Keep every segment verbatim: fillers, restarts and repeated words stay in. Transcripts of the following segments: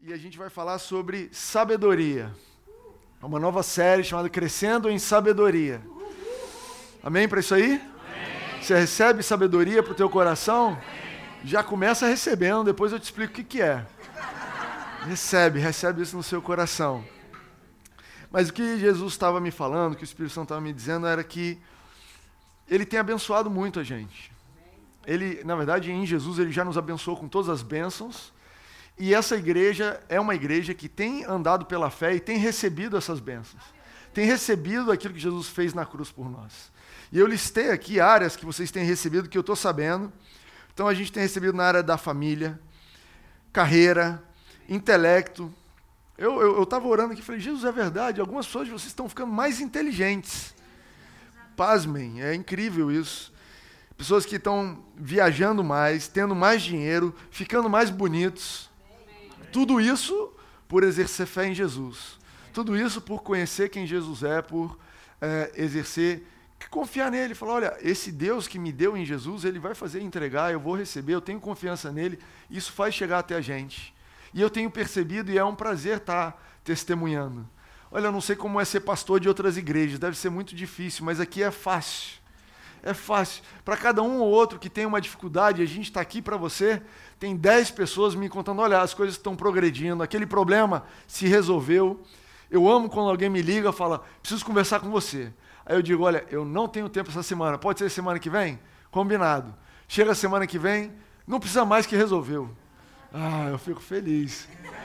e a gente vai falar sobre sabedoria. É uma nova série chamada Crescendo em Sabedoria. Amém para isso aí? Amém. Você recebe sabedoria para o teu coração? Amém. Já começa recebendo, depois eu te explico o que, que é. Recebe, recebe isso no seu coração. Mas o que Jesus estava me falando, o que o Espírito Santo estava me dizendo, era que Ele tem abençoado muito a gente. Ele, na verdade, em Jesus, Ele já nos abençoou com todas as bênçãos. E essa igreja é uma igreja que tem andado pela fé e tem recebido essas bênçãos. Tem recebido aquilo que Jesus fez na cruz por nós. E eu listei aqui áreas que vocês têm recebido, que eu estou sabendo. Então a gente tem recebido na área da família, carreira, intelecto. Eu estava orando aqui e falei, Jesus, é verdade, algumas pessoas de vocês estão ficando mais inteligentes. Pasmem, é incrível isso. Pessoas que estão viajando mais, tendo mais dinheiro, ficando mais bonitos. Tudo isso por exercer fé em Jesus. Tudo isso por conhecer quem Jesus é, por é, exercer, confiar nele. Falar, olha, esse Deus que me deu em Jesus, Ele vai fazer entregar, eu vou receber, eu tenho confiança nele. Isso faz chegar até a gente. E eu tenho percebido, e é um prazer estar testemunhando. Olha, eu não sei como é ser pastor de outras igrejas, deve ser muito difícil, mas aqui é fácil. É fácil. Para cada um ou outro que tem uma dificuldade, a gente está aqui para você, tem dez pessoas me contando, olha, as coisas estão progredindo, aquele problema se resolveu. Eu amo quando alguém me liga e fala, preciso conversar com você. Aí eu digo, olha, eu não tenho tempo essa semana, pode ser semana que vem? Combinado. Chega a semana que vem, não precisa mais que resolveu. Ah, eu fico feliz.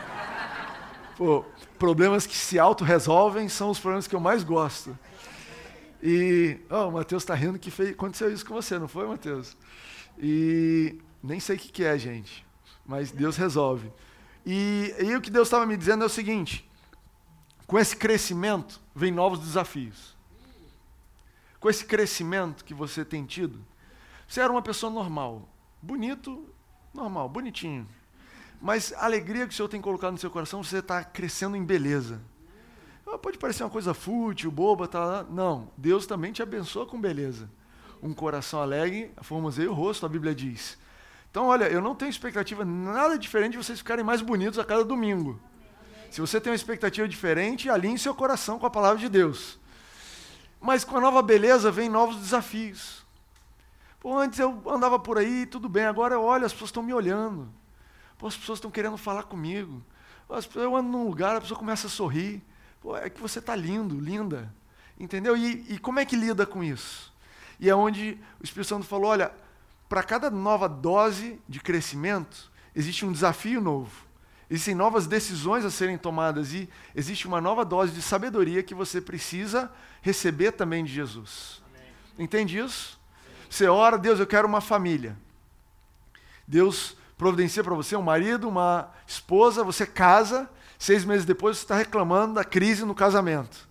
Pô, problemas que se auto-resolvem são os problemas que eu mais gosto. E, oh, o Matheus está rindo que fez, aconteceu isso com você, não foi, Matheus? E nem sei o que, que é, gente, mas Deus resolve. E, e o que Deus estava me dizendo é o seguinte, com esse crescimento vem novos desafios. Com esse crescimento que você tem tido, você era uma pessoa normal, bonito, normal, bonitinho. Mas a alegria que o Senhor tem colocado no seu coração, você está crescendo em beleza. Pode parecer uma coisa fútil, boba, tá? Não, Deus também te abençoa com beleza. Um coração alegre, formoseia o rosto, a Bíblia diz. Então, olha, eu não tenho expectativa nada diferente de vocês ficarem mais bonitos a cada domingo. Se você tem uma expectativa diferente, alinhe seu coração com a palavra de Deus. Mas com a nova beleza vem novos desafios. Pô, antes eu andava por aí, tudo bem, agora eu olho, as pessoas estão me olhando. Pô, as pessoas estão querendo falar comigo. Eu ando num lugar, a pessoa começa a sorrir. Pô, é que você está lindo, linda. Entendeu? E, e como é que lida com isso? E é onde o Espírito Santo falou, olha, para cada nova dose de crescimento, existe um desafio novo. Existem novas decisões a serem tomadas e existe uma nova dose de sabedoria que você precisa receber também de Jesus. Amém. Entende isso? Sim. Você ora, Deus, eu quero uma família. Deus providencia para você um marido, uma esposa, você casa, seis meses depois você está reclamando da crise no casamento.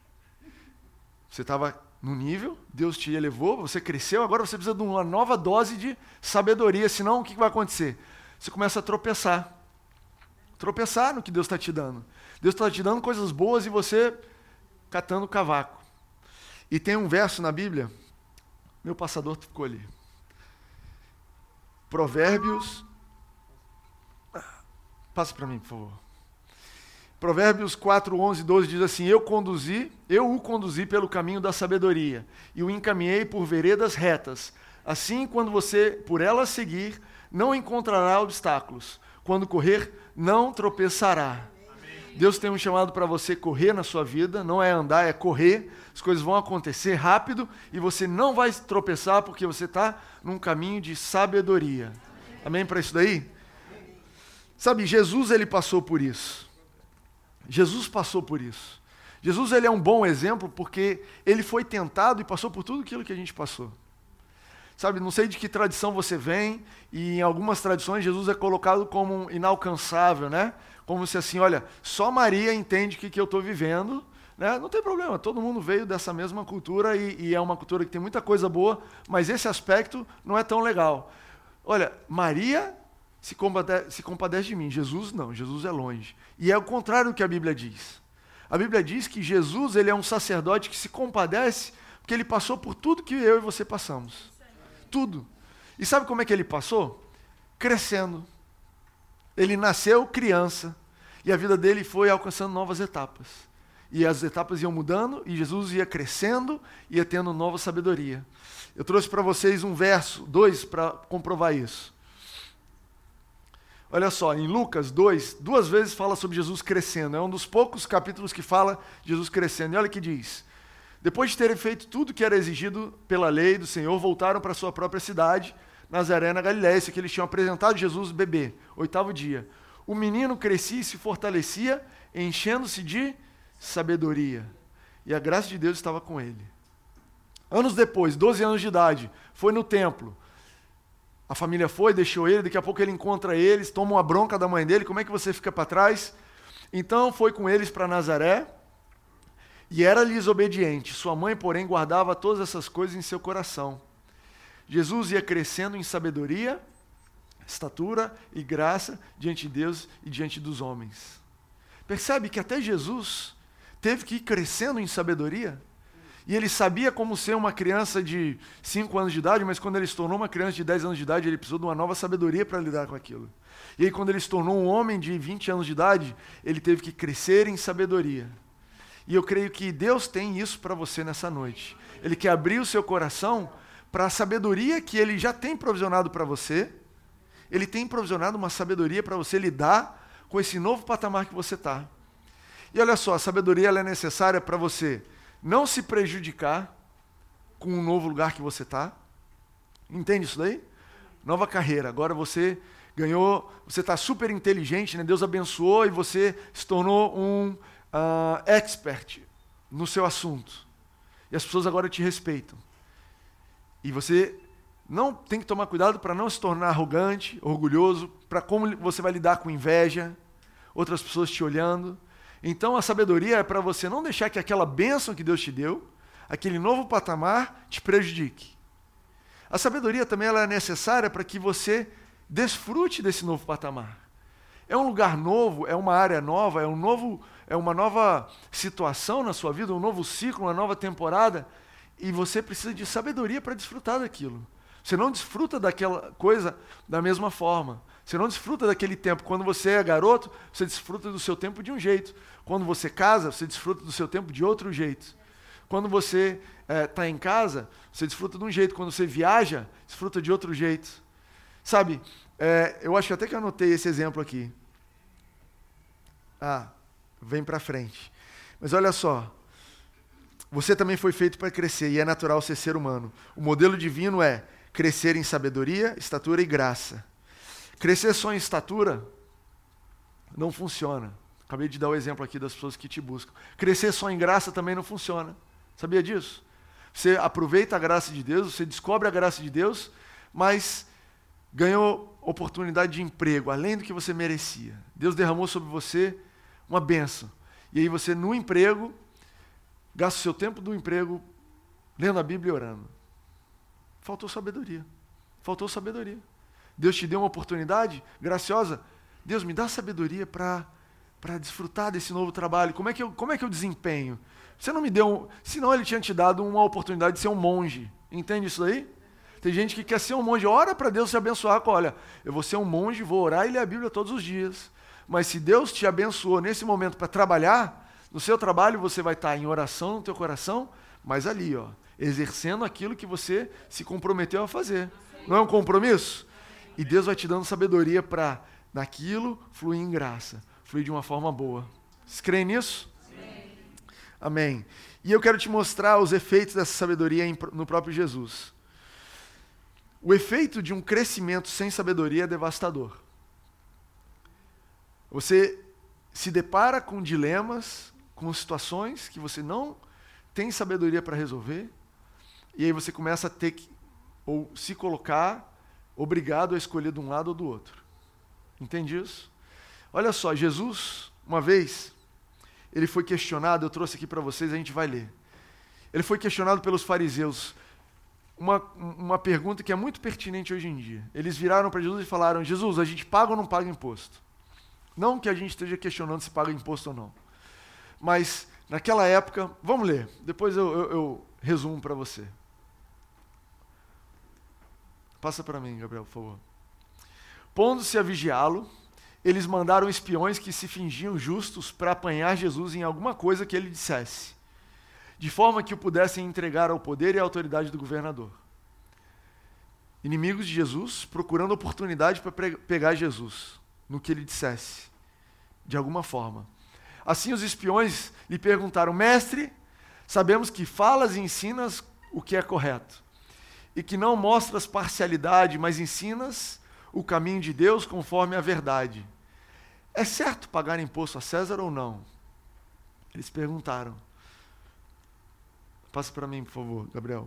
Você estava no nível, Deus te elevou, você cresceu, agora você precisa de uma nova dose de sabedoria, senão o que vai acontecer? Você começa a tropeçar. Tropeçar no que Deus está te dando. Deus está te dando coisas boas e você catando cavaco. E tem um verso na Bíblia, meu passador ficou ali. Provérbios... Passa para mim, por favor. Provérbios quatro, onze, doze diz assim, eu conduzi, eu o conduzi pelo caminho da sabedoria e o encaminhei por veredas retas. Assim, quando você por elas seguir, não encontrará obstáculos. Quando correr, não tropeçará. Amém. Deus tem um chamado para você correr na sua vida, não é andar, é correr. As coisas vão acontecer rápido e você não vai tropeçar porque você está num caminho de sabedoria. Amém, Amém para isso daí? Sabe, Jesus ele passou por isso. Jesus passou por isso. Jesus ele é um bom exemplo porque ele foi tentado e passou por tudo aquilo que a gente passou. Sabe, não sei de que tradição você vem, e em algumas tradições Jesus é colocado como um inalcançável, né? Como se assim, olha, só Maria entende o que, que eu estou vivendo, né? Não tem problema, todo mundo veio dessa mesma cultura e, e é uma cultura que tem muita coisa boa, mas esse aspecto não é tão legal. Olha, Maria se compadece, se compadece de mim, Jesus não, Jesus é longe. E é o contrário do que a Bíblia diz. A Bíblia diz que Jesus ele é um sacerdote que se compadece porque ele passou por tudo que eu e você passamos. Tudo. E sabe como é que ele passou? Crescendo. Ele nasceu criança, E a vida dele foi alcançando novas etapas. E as etapas iam mudando, e Jesus ia crescendo, ia tendo nova sabedoria. Eu trouxe para vocês um verso, dois, para comprovar isso. Olha só, em Lucas dois, duas vezes fala sobre Jesus crescendo. É um dos poucos capítulos que fala Jesus crescendo. E olha o que diz. Depois de terem feito tudo que era exigido pela lei do Senhor, voltaram para sua própria cidade, Nazaré, na Galiléia. Isso que eles tinham apresentado Jesus bebê, oitavo dia. O menino crescia e se fortalecia, enchendo-se de sabedoria. E a graça de Deus estava com ele. Anos depois, doze anos de idade, foi no templo. A família foi, deixou ele, daqui a pouco ele encontra eles, toma uma bronca da mãe dele, como é que você fica para trás? Então foi com eles para Nazaré, e era-lhes obediente. Sua mãe, porém, guardava todas essas coisas em seu coração. Jesus ia crescendo em sabedoria, estatura e graça diante de Deus e diante dos homens. Percebe que até Jesus teve que ir crescendo em sabedoria? E ele sabia como ser uma criança de cinco anos de idade, mas quando ele se tornou uma criança de dez anos de idade, ele precisou de uma nova sabedoria para lidar com aquilo. E aí, quando ele se tornou um homem de vinte anos de idade, ele teve que crescer em sabedoria. E eu creio que Deus tem isso para você nessa noite. Ele quer abrir o seu coração para a sabedoria que Ele já tem provisionado para você. Ele tem provisionado uma sabedoria para você lidar com esse novo patamar que você está. E olha só, a sabedoria ela é necessária para você não se prejudicar com o novo lugar que você está. Entende isso daí? Nova carreira. Agora você ganhou, você está super inteligente, né? Deus abençoou e você se tornou um uh, expert no seu assunto. E as pessoas agora te respeitam. E você não tem que tomar cuidado para não se tornar arrogante, orgulhoso, para como você vai lidar com inveja, outras pessoas te olhando. Então a sabedoria é para você não deixar que aquela bênção que Deus te deu, aquele novo patamar, te prejudique. A sabedoria também ela é necessária para que você desfrute desse novo patamar. É um lugar novo, é uma área nova, é, um novo, é uma nova situação na sua vida, um novo ciclo, uma nova temporada, e você precisa de sabedoria para desfrutar daquilo. Você não desfruta daquela coisa da mesma forma. Você não desfruta daquele tempo. Quando você é garoto, você desfruta do seu tempo de um jeito. Quando você casa, você desfruta do seu tempo de outro jeito. Quando você está é, em casa, você desfruta de um jeito. Quando você viaja, desfruta de outro jeito. Sabe, é, eu acho até que eu anotei esse exemplo aqui. Ah, vem para frente. Mas olha só. Você também foi feito para crescer, e é natural ser ser humano. O modelo divino é crescer em sabedoria, estatura e graça. Crescer só em estatura não funciona. Acabei de dar o exemplo aqui das pessoas que te buscam. Crescer só em graça também não funciona. Sabia disso? Você aproveita a graça de Deus, você descobre a graça de Deus, mas ganhou oportunidade de emprego, além do que você merecia. Deus derramou sobre você uma bênção. E aí você, no emprego, gasta o seu tempo do emprego lendo a Bíblia e orando. Faltou sabedoria. Faltou sabedoria. Deus te deu uma oportunidade graciosa. Deus, me dá sabedoria para para desfrutar desse novo trabalho. Como é, que eu, como é que eu desempenho? Você não me deu... Um, senão ele tinha te dado uma oportunidade de ser um monge. Entende isso aí? Tem gente que quer ser um monge. Ora para Deus te abençoar. Olha, eu vou ser um monge, vou orar e ler a Bíblia todos os dias. Mas se Deus te abençoou nesse momento para trabalhar, no seu trabalho você vai estar em oração no teu coração, mas ali, ó, exercendo aquilo que você se comprometeu a fazer. Não é um compromisso? E Deus vai te dando sabedoria para, naquilo, fluir em graça. Fluir de uma forma boa. Vocês creem nisso? Sim. Amém. E eu quero te mostrar os efeitos dessa sabedoria no próprio Jesus. O efeito de um crescimento sem sabedoria é devastador. Você se depara com dilemas, com situações que você não tem sabedoria para resolver, e aí você começa a ter que, ou se colocar, obrigado a escolher de um lado ou do outro. Entende isso? Olha só, Jesus, uma vez, ele foi questionado, eu trouxe aqui para vocês, a gente vai ler. Ele foi questionado pelos fariseus, uma, uma pergunta que é muito pertinente hoje em dia. Eles viraram para Jesus e falaram, Jesus, a gente paga ou não paga imposto? Não que a gente esteja questionando se paga imposto ou não. Mas, naquela época, vamos ler, depois eu, eu, eu resumo para você. Passa para mim, Gabriel, por favor. Pondo-se a vigiá-lo, eles mandaram espiões que se fingiam justos para apanhar Jesus em alguma coisa que ele dissesse, de forma que o pudessem entregar ao poder e à autoridade do governador. Inimigos de Jesus procurando oportunidade para pegar Jesus no que ele dissesse, de alguma forma. Assim os espiões lhe perguntaram: mestre, sabemos que falas e ensinas o que é correto, e que não mostras parcialidade, mas ensinas o caminho de Deus conforme a verdade. É certo pagar imposto a César ou não? Eles perguntaram. Passa para mim, por favor, Gabriel.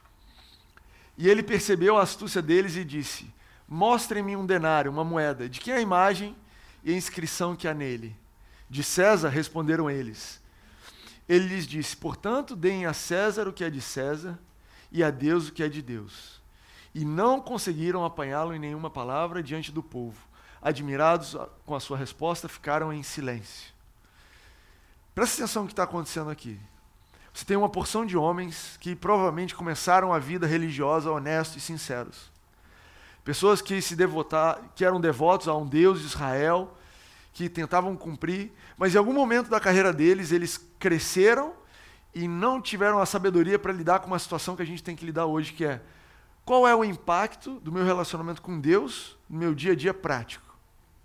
E ele percebeu a astúcia deles e disse: mostrem-me um denário, uma moeda. De quem é a imagem e a inscrição que há nele? De César, responderam eles. Ele lhes disse: portanto, deem a César o que é de César e a Deus o que é de Deus. E não conseguiram apanhá-lo em nenhuma palavra diante do povo. Admirados com a sua resposta, ficaram em silêncio. Presta atenção no que está acontecendo aqui. Você tem uma porção de homens que provavelmente começaram a vida religiosa honestos e sinceros. Pessoas que se devotar, que eram devotos a um Deus de Israel, que tentavam cumprir, mas em algum momento da carreira deles, eles cresceram e não tiveram a sabedoria para lidar com uma situação que a gente tem que lidar hoje, que é: qual é o impacto do meu relacionamento com Deus no meu dia a dia prático?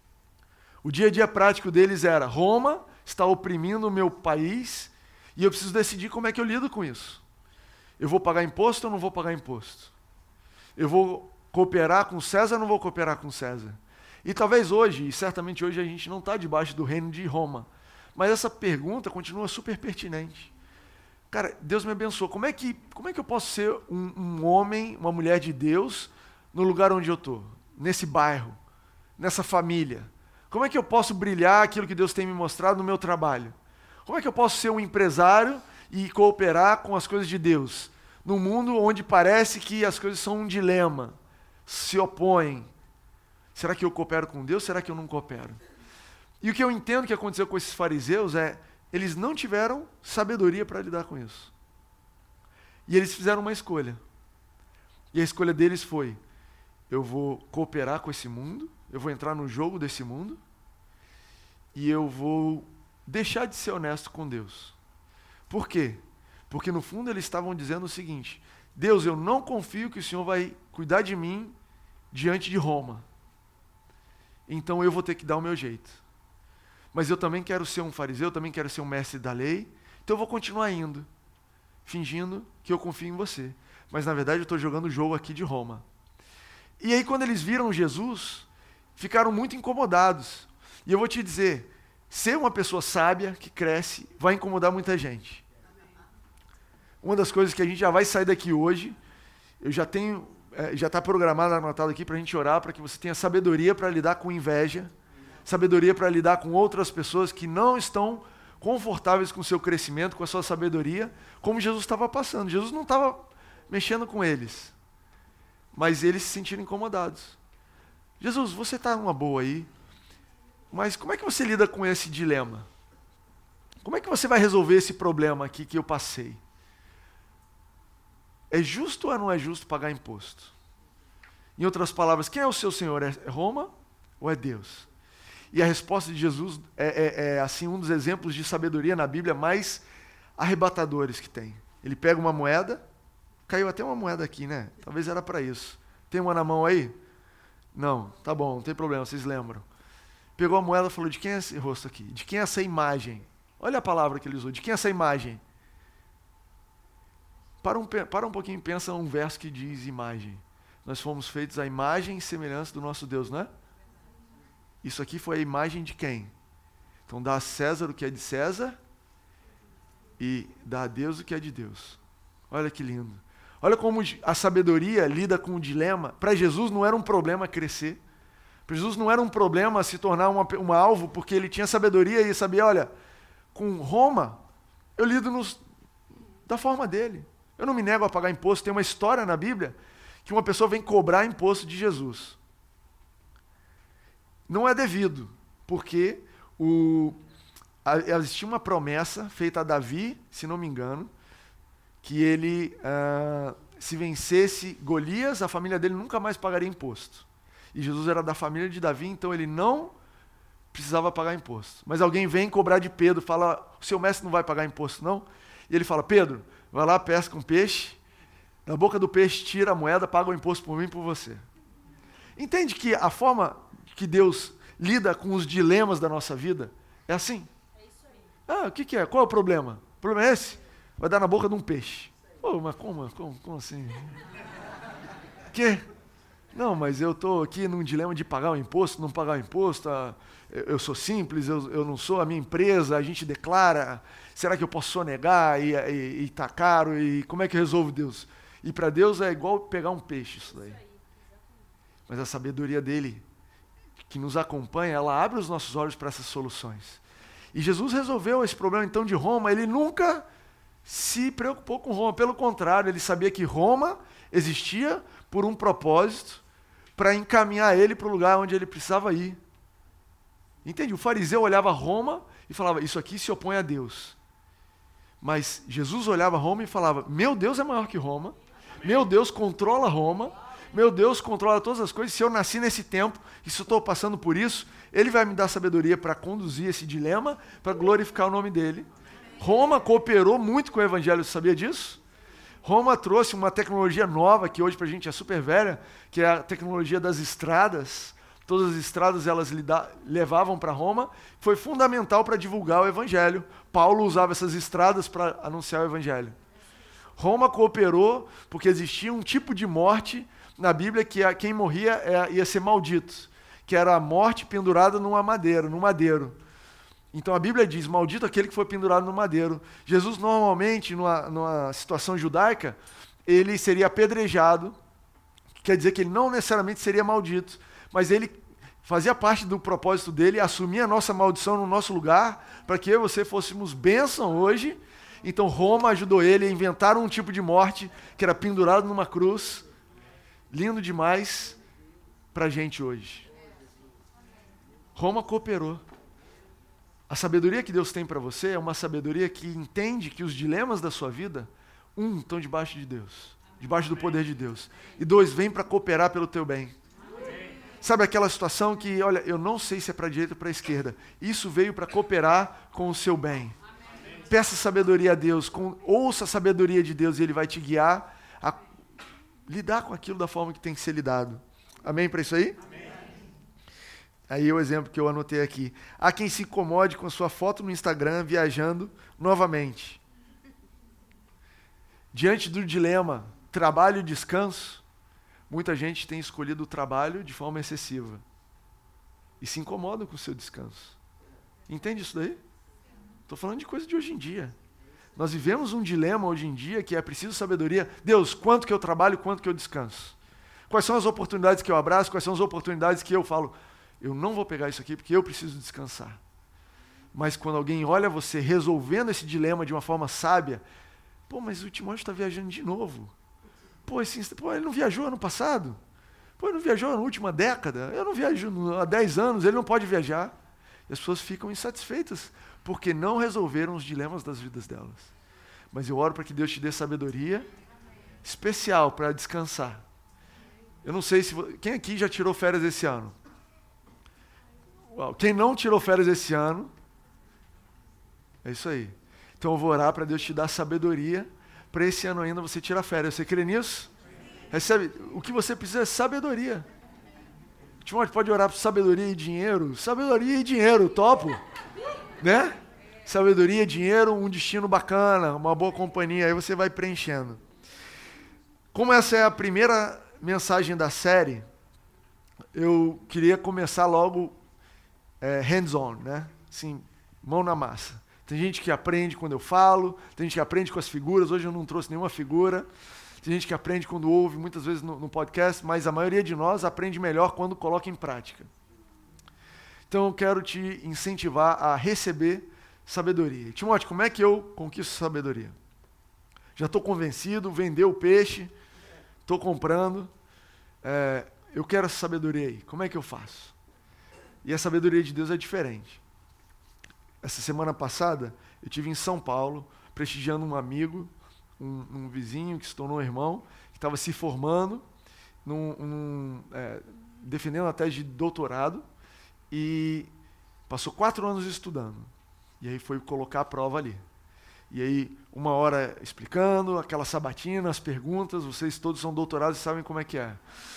O dia a dia prático deles era: Roma está oprimindo o meu país e eu preciso decidir como é que eu lido com isso. Eu vou pagar imposto ou não vou pagar imposto? Eu vou cooperar com César ou não vou cooperar com César? E talvez hoje, e certamente hoje, a gente não está debaixo do reino de Roma, mas essa pergunta continua super pertinente. Cara, Deus me abençoou. Como é que, como é que eu posso ser um, um homem, uma mulher de Deus no lugar onde eu estou? Nesse bairro, nessa família? Como é que eu posso brilhar aquilo que Deus tem me mostrado no meu trabalho? Como é que eu posso ser um empresário e cooperar com as coisas de Deus? Num mundo onde parece que as coisas são um dilema, se opõem. Será que eu coopero com Deus? Será que eu não coopero? E o que eu entendo que aconteceu com esses fariseus é: eles não tiveram sabedoria para lidar com isso. E eles fizeram uma escolha. E a escolha deles foi: eu vou cooperar com esse mundo, eu vou entrar no jogo desse mundo, e eu vou deixar de ser honesto com Deus. Por quê? Porque no fundo eles estavam dizendo o seguinte: Deus, eu não confio que o Senhor vai cuidar de mim diante de Roma. Então eu vou ter que dar o meu jeito. Mas eu também quero ser um fariseu, eu também quero ser um mestre da lei, então eu vou continuar indo, fingindo que eu confio em você. Mas na verdade eu estou jogando o jogo aqui de Roma. E aí quando eles viram Jesus, ficaram muito incomodados. E eu vou te dizer, ser uma pessoa sábia, que cresce, vai incomodar muita gente. Uma das coisas que a gente já vai sair daqui hoje, eu já tenho, é, já está programado, anotado aqui para a gente orar, para que você tenha sabedoria para lidar com inveja, sabedoria para lidar com outras pessoas que não estão confortáveis com o seu crescimento, com a sua sabedoria, como Jesus estava passando. Jesus não estava mexendo com eles, mas eles se sentiram incomodados. Jesus, você está numa boa aí, mas como é que você lida com esse dilema? Como é que você vai resolver esse problema aqui que eu passei? É justo ou não é justo pagar imposto? Em outras palavras, quem é o seu Senhor? É Roma ou é Deus? E a resposta de Jesus é, é, é assim, um dos exemplos de sabedoria na Bíblia mais arrebatadores que tem. Ele pega uma moeda, caiu até uma moeda aqui, né? Talvez era para isso. Tem uma na mão aí? Não, tá bom, não tem problema, vocês lembram. Pegou a moeda e falou: de quem é esse rosto aqui? De quem é essa imagem? Olha a palavra que ele usou, de quem é essa imagem? Para um, para um pouquinho e pensa um verso que diz imagem. Nós fomos feitos à imagem e semelhança do nosso Deus, não é? Isso aqui foi a imagem de quem? Então dá a César o que é de César e dá a Deus o que é de Deus. Olha que lindo. Olha como a sabedoria lida com o dilema. Para Jesus não era um problema crescer. Para Jesus não era um problema se tornar uma, um alvo, porque ele tinha sabedoria e sabia, olha, com Roma, eu lido nos, da forma dele. Eu não me nego a pagar imposto. Tem uma história na Bíblia que uma pessoa vem cobrar imposto de Jesus. Não é devido, porque o, a, existia uma promessa feita a Davi, se não me engano, que ele, uh, se vencesse Golias, a família dele nunca mais pagaria imposto. E Jesus era da família de Davi, então ele não precisava pagar imposto. Mas alguém vem cobrar de Pedro, fala, o seu mestre não vai pagar imposto não? E ele fala, Pedro, vai lá, pesca um peixe, da boca do peixe tira a moeda, paga o imposto por mim e por você. Entende que a forma que Deus lida com os dilemas da nossa vida é assim? É isso aí. Ah, o que, que é? Qual é o problema? O problema é esse? Vai dar na boca de um peixe. Pô, mas como, como, como assim? Que? Não, mas eu estou aqui num dilema de pagar o imposto, não pagar o imposto, ah, eu, eu sou simples, eu, eu não sou a minha empresa, a gente declara, será que eu posso sonegar e está caro, e como é que eu resolvo Deus? E para Deus é igual pegar um peixe isso daí. Mas a sabedoria dele, que nos acompanha, ela abre os nossos olhos para essas soluções. E Jesus resolveu esse problema então de Roma, ele nunca se preocupou com Roma, pelo contrário, ele sabia que Roma existia por um propósito, para encaminhar ele para o lugar onde ele precisava ir. Entende? O fariseu olhava Roma e falava, isso aqui se opõe a Deus. Mas Jesus olhava Roma e falava, meu Deus é maior que Roma, meu Deus controla Roma, meu Deus controla todas as coisas, se eu nasci nesse tempo e se eu estou passando por isso, ele vai me dar sabedoria para conduzir esse dilema, para glorificar o nome dele. Roma cooperou muito com o evangelho, você sabia disso? Roma trouxe uma tecnologia nova, que hoje para a gente é super velha, que é a tecnologia das estradas. Todas as estradas elas lida- levavam para Roma, foi fundamental para divulgar o evangelho. Paulo usava essas estradas para anunciar o evangelho. Roma cooperou porque existia um tipo de morte na Bíblia que a, quem morria é, ia ser maldito, que era a morte pendurada numa madeira, num madeiro. Então a Bíblia diz, maldito aquele que foi pendurado no madeiro. Jesus normalmente, numa, numa situação judaica, ele seria apedrejado, quer dizer que ele não necessariamente seria maldito, mas ele fazia parte do propósito dele, assumir a nossa maldição no nosso lugar, para que eu e você fôssemos bênção hoje. Então Roma ajudou ele a inventar um tipo de morte, que era pendurado numa cruz, lindo demais para a gente hoje. Roma cooperou. A sabedoria que Deus tem para você é uma sabedoria que entende que os dilemas da sua vida, um, estão debaixo de Deus, debaixo do poder de Deus, e dois, vem para cooperar pelo teu bem. Sabe aquela situação que, olha, eu não sei se é para a direita ou para a esquerda, isso veio para cooperar com o seu bem. Peça sabedoria a Deus, com, ouça a sabedoria de Deus e Ele vai te guiar a lidar com aquilo da forma que tem que ser lidado. Amém para isso aí? Amém. Aí o exemplo que eu anotei aqui. Há quem se incomode com a sua foto no Instagram viajando novamente. Diante do dilema trabalho e descanso, muita gente tem escolhido o trabalho de forma excessiva. E se incomoda com o seu descanso. Entende isso daí? Estou falando de coisa de hoje em dia. Nós vivemos um dilema hoje em dia que é preciso sabedoria. Deus, quanto que eu trabalho, quanto que eu descanso? Quais são as oportunidades que eu abraço, quais são as oportunidades que eu falo, eu não vou pegar isso aqui porque eu preciso descansar. Mas quando alguém olha você resolvendo esse dilema de uma forma sábia, pô, mas o Timóteo está viajando de novo. Pô, esse, pô, ele não viajou ano passado? Pô, ele não viajou na última década? Eu não viajo há dez anos, ele não pode viajar. E as pessoas ficam insatisfeitas porque não resolveram os dilemas das vidas delas. Mas eu oro para que Deus te dê sabedoria especial para descansar. Eu não sei se... Quem aqui já tirou férias esse ano? Uau, quem não tirou férias esse ano, é isso aí. Então eu vou orar para Deus te dar sabedoria para esse ano ainda você tirar férias. Você crê nisso? Recebe. O que você precisa é sabedoria. Timóteo, pode orar por sabedoria e dinheiro? Sabedoria e dinheiro, topo. Né? Sabedoria, dinheiro, um destino bacana, uma boa companhia, aí você vai preenchendo. Como essa é a primeira mensagem da série, eu queria começar logo é, hands-on, né? Assim, mão na massa. Tem gente que aprende quando eu falo, tem gente que aprende com as figuras, hoje eu não trouxe nenhuma figura, tem gente que aprende quando ouve, muitas vezes no, no podcast, mas a maioria de nós aprende melhor quando coloca em prática. Então eu quero te incentivar a receber sabedoria. Timóteo, como é que eu conquisto sabedoria? Já estou convencido, vendeu o peixe, estou comprando, é, eu quero essa sabedoria aí, como é que eu faço? E a sabedoria de Deus é diferente. Essa semana passada, eu estive em São Paulo, prestigiando um amigo, um, um vizinho que se tornou um irmão, que estava se formando, num, num, é, defendendo a tese de doutorado, e Passou quatro anos estudando. E aí foi colocar a prova ali. E aí, uma hora explicando, aquela sabatina, as perguntas, vocês todos são doutorados e sabem como é que é.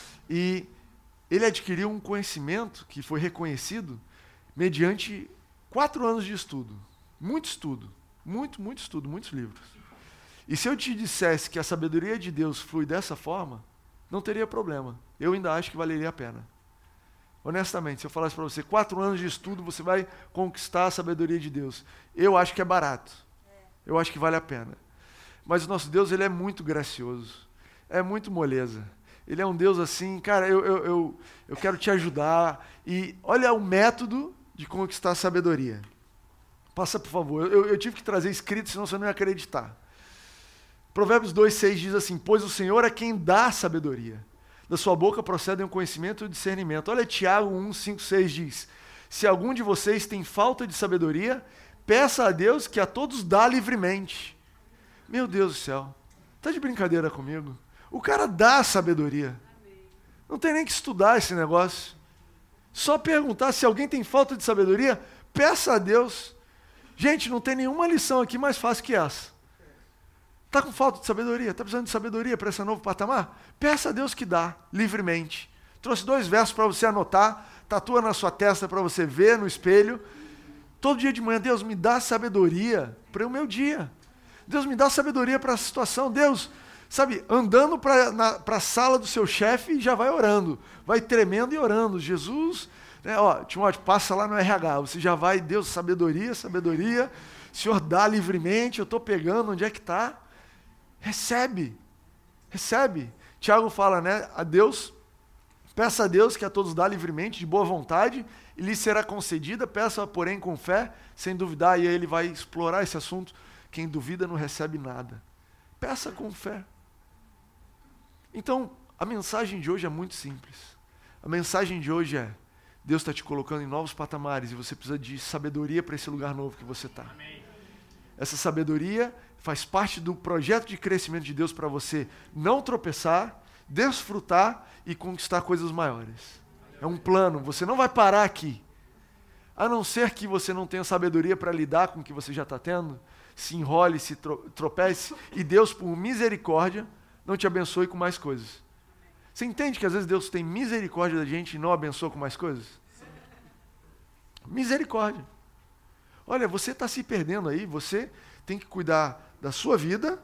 E ele adquiriu um conhecimento que foi reconhecido mediante quatro anos de estudo. Muito estudo. Muito, muito estudo, muitos livros. E se eu te dissesse que a sabedoria de Deus flui dessa forma, não teria problema. Eu ainda acho que valeria a pena. Honestamente, se eu falasse para você, quatro anos de estudo, você vai conquistar a sabedoria de Deus. Eu acho que é barato. Eu acho que vale a pena. Mas o nosso Deus, ele é muito gracioso. É muito moleza. Ele é um Deus assim, cara, eu, eu, eu, eu quero te ajudar. E olha o método de conquistar a sabedoria. Passa, por favor. Eu, eu tive que trazer escrito, senão você não ia acreditar. Provérbios dois, seis diz assim, pois o Senhor é quem dá sabedoria. Da sua boca procedem o conhecimento e o discernimento. Olha, Tiago um, cinco, seis diz, se algum de vocês tem falta de sabedoria, peça a Deus que a todos dá livremente. Meu Deus do céu, tá de brincadeira comigo? O cara dá sabedoria. Não tem nem que estudar esse negócio. Só perguntar se alguém tem falta de sabedoria, peça a Deus. Gente, não tem nenhuma lição aqui mais fácil que essa. Está com falta de sabedoria? Está precisando de sabedoria para esse novo patamar? Peça a Deus que dá, livremente. Trouxe dois versos para você anotar, tatua na sua testa para você ver no espelho. Todo dia de manhã, Deus me dá sabedoria para o meu dia. Deus me dá sabedoria para a situação. Deus, sabe, andando para a sala do seu chefe, já vai orando. Vai tremendo e orando. Jesus, né, ó, Timóteo, passa lá no R H. Você já vai, Deus, sabedoria, sabedoria. O Senhor dá livremente, eu estou pegando, onde é que está? Recebe, recebe. Tiago fala, né, a Deus, peça a Deus que a todos dá livremente, de boa vontade, e lhe será concedida, peça, porém, com fé, sem duvidar, e aí ele vai explorar esse assunto, quem duvida não recebe nada. Peça com fé. Então, a mensagem de hoje é muito simples. A mensagem de hoje é, Deus está te colocando em novos patamares, e você precisa de sabedoria para esse lugar novo que você está. Essa sabedoria faz parte do projeto de crescimento de Deus para você não tropeçar, desfrutar e conquistar coisas maiores. É um plano, você não vai parar aqui. A não ser que você não tenha sabedoria para lidar com o que você já está tendo, se enrole, se tro- tropece, e Deus, por misericórdia, não te abençoe com mais coisas. Você entende que às vezes Deus tem misericórdia da gente e não abençoa com mais coisas? Misericórdia. Olha, você está se perdendo aí, você tem que cuidar da sua vida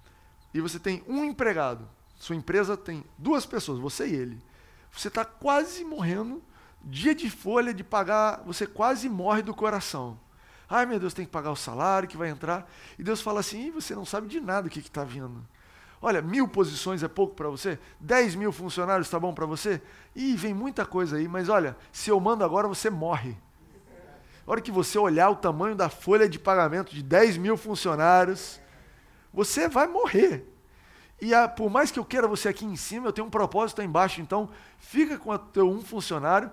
e você tem um empregado. Sua empresa tem duas pessoas, você e ele. Você está quase morrendo, dia de folha de pagar, você quase morre do coração. Ai, meu Deus, tem que pagar o salário que vai entrar. E Deus fala assim, e você não sabe de nada o que está vindo. Olha, mil posições é pouco para você? Dez mil funcionários está bom para você? Ih, vem muita coisa aí, mas olha, se eu mando agora, você morre. A hora que você olhar o tamanho da folha de pagamento de dez mil funcionários, você vai morrer. E a, por mais que eu queira você aqui em cima, eu tenho um propósito aí embaixo. Então, fica com o teu um funcionário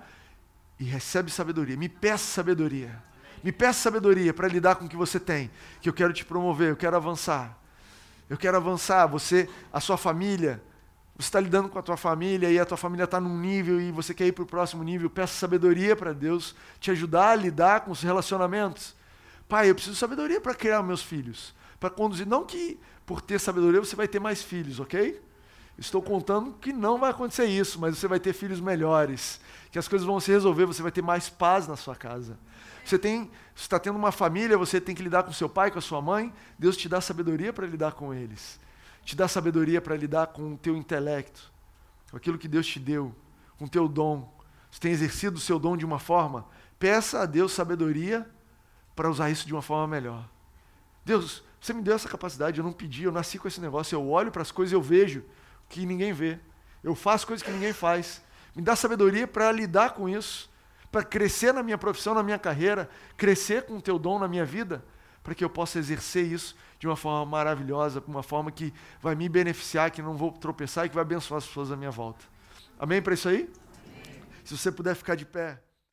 e recebe sabedoria. Me peça sabedoria. Me peça sabedoria para lidar com o que você tem. Que eu quero te promover, eu quero avançar. Eu quero avançar. Você, a sua família, você está lidando com a tua família e a tua família está num nível e você quer ir para o próximo nível. Peça sabedoria para Deus te ajudar a lidar com os relacionamentos. Pai, eu preciso de sabedoria para criar meus filhos. Para conduzir. Não que por ter sabedoria você vai ter mais filhos, ok? Estou contando que não vai acontecer isso, mas você vai ter filhos melhores. Que as coisas vão se resolver, você vai ter mais paz na sua casa. Você tem, você está tendo uma família, você tem que lidar com seu pai, com a sua mãe. Deus te dá sabedoria para lidar com eles. Te dá sabedoria para lidar com o teu intelecto, com aquilo que Deus te deu, com o teu dom. Você tem exercido o seu dom de uma forma? Peça a Deus sabedoria para usar isso de uma forma melhor. Deus, você me deu essa capacidade, eu não pedi, eu nasci com esse negócio, eu olho para as coisas e eu vejo que ninguém vê. Eu faço coisas que ninguém faz. Me dá sabedoria para lidar com isso, para crescer na minha profissão, na minha carreira, crescer com o teu dom na minha vida, para que eu possa exercer isso de uma forma maravilhosa, uma forma que vai me beneficiar, que não vou tropeçar e que vai abençoar as pessoas à minha volta. Amém para isso aí? Amém. Se você puder ficar de pé.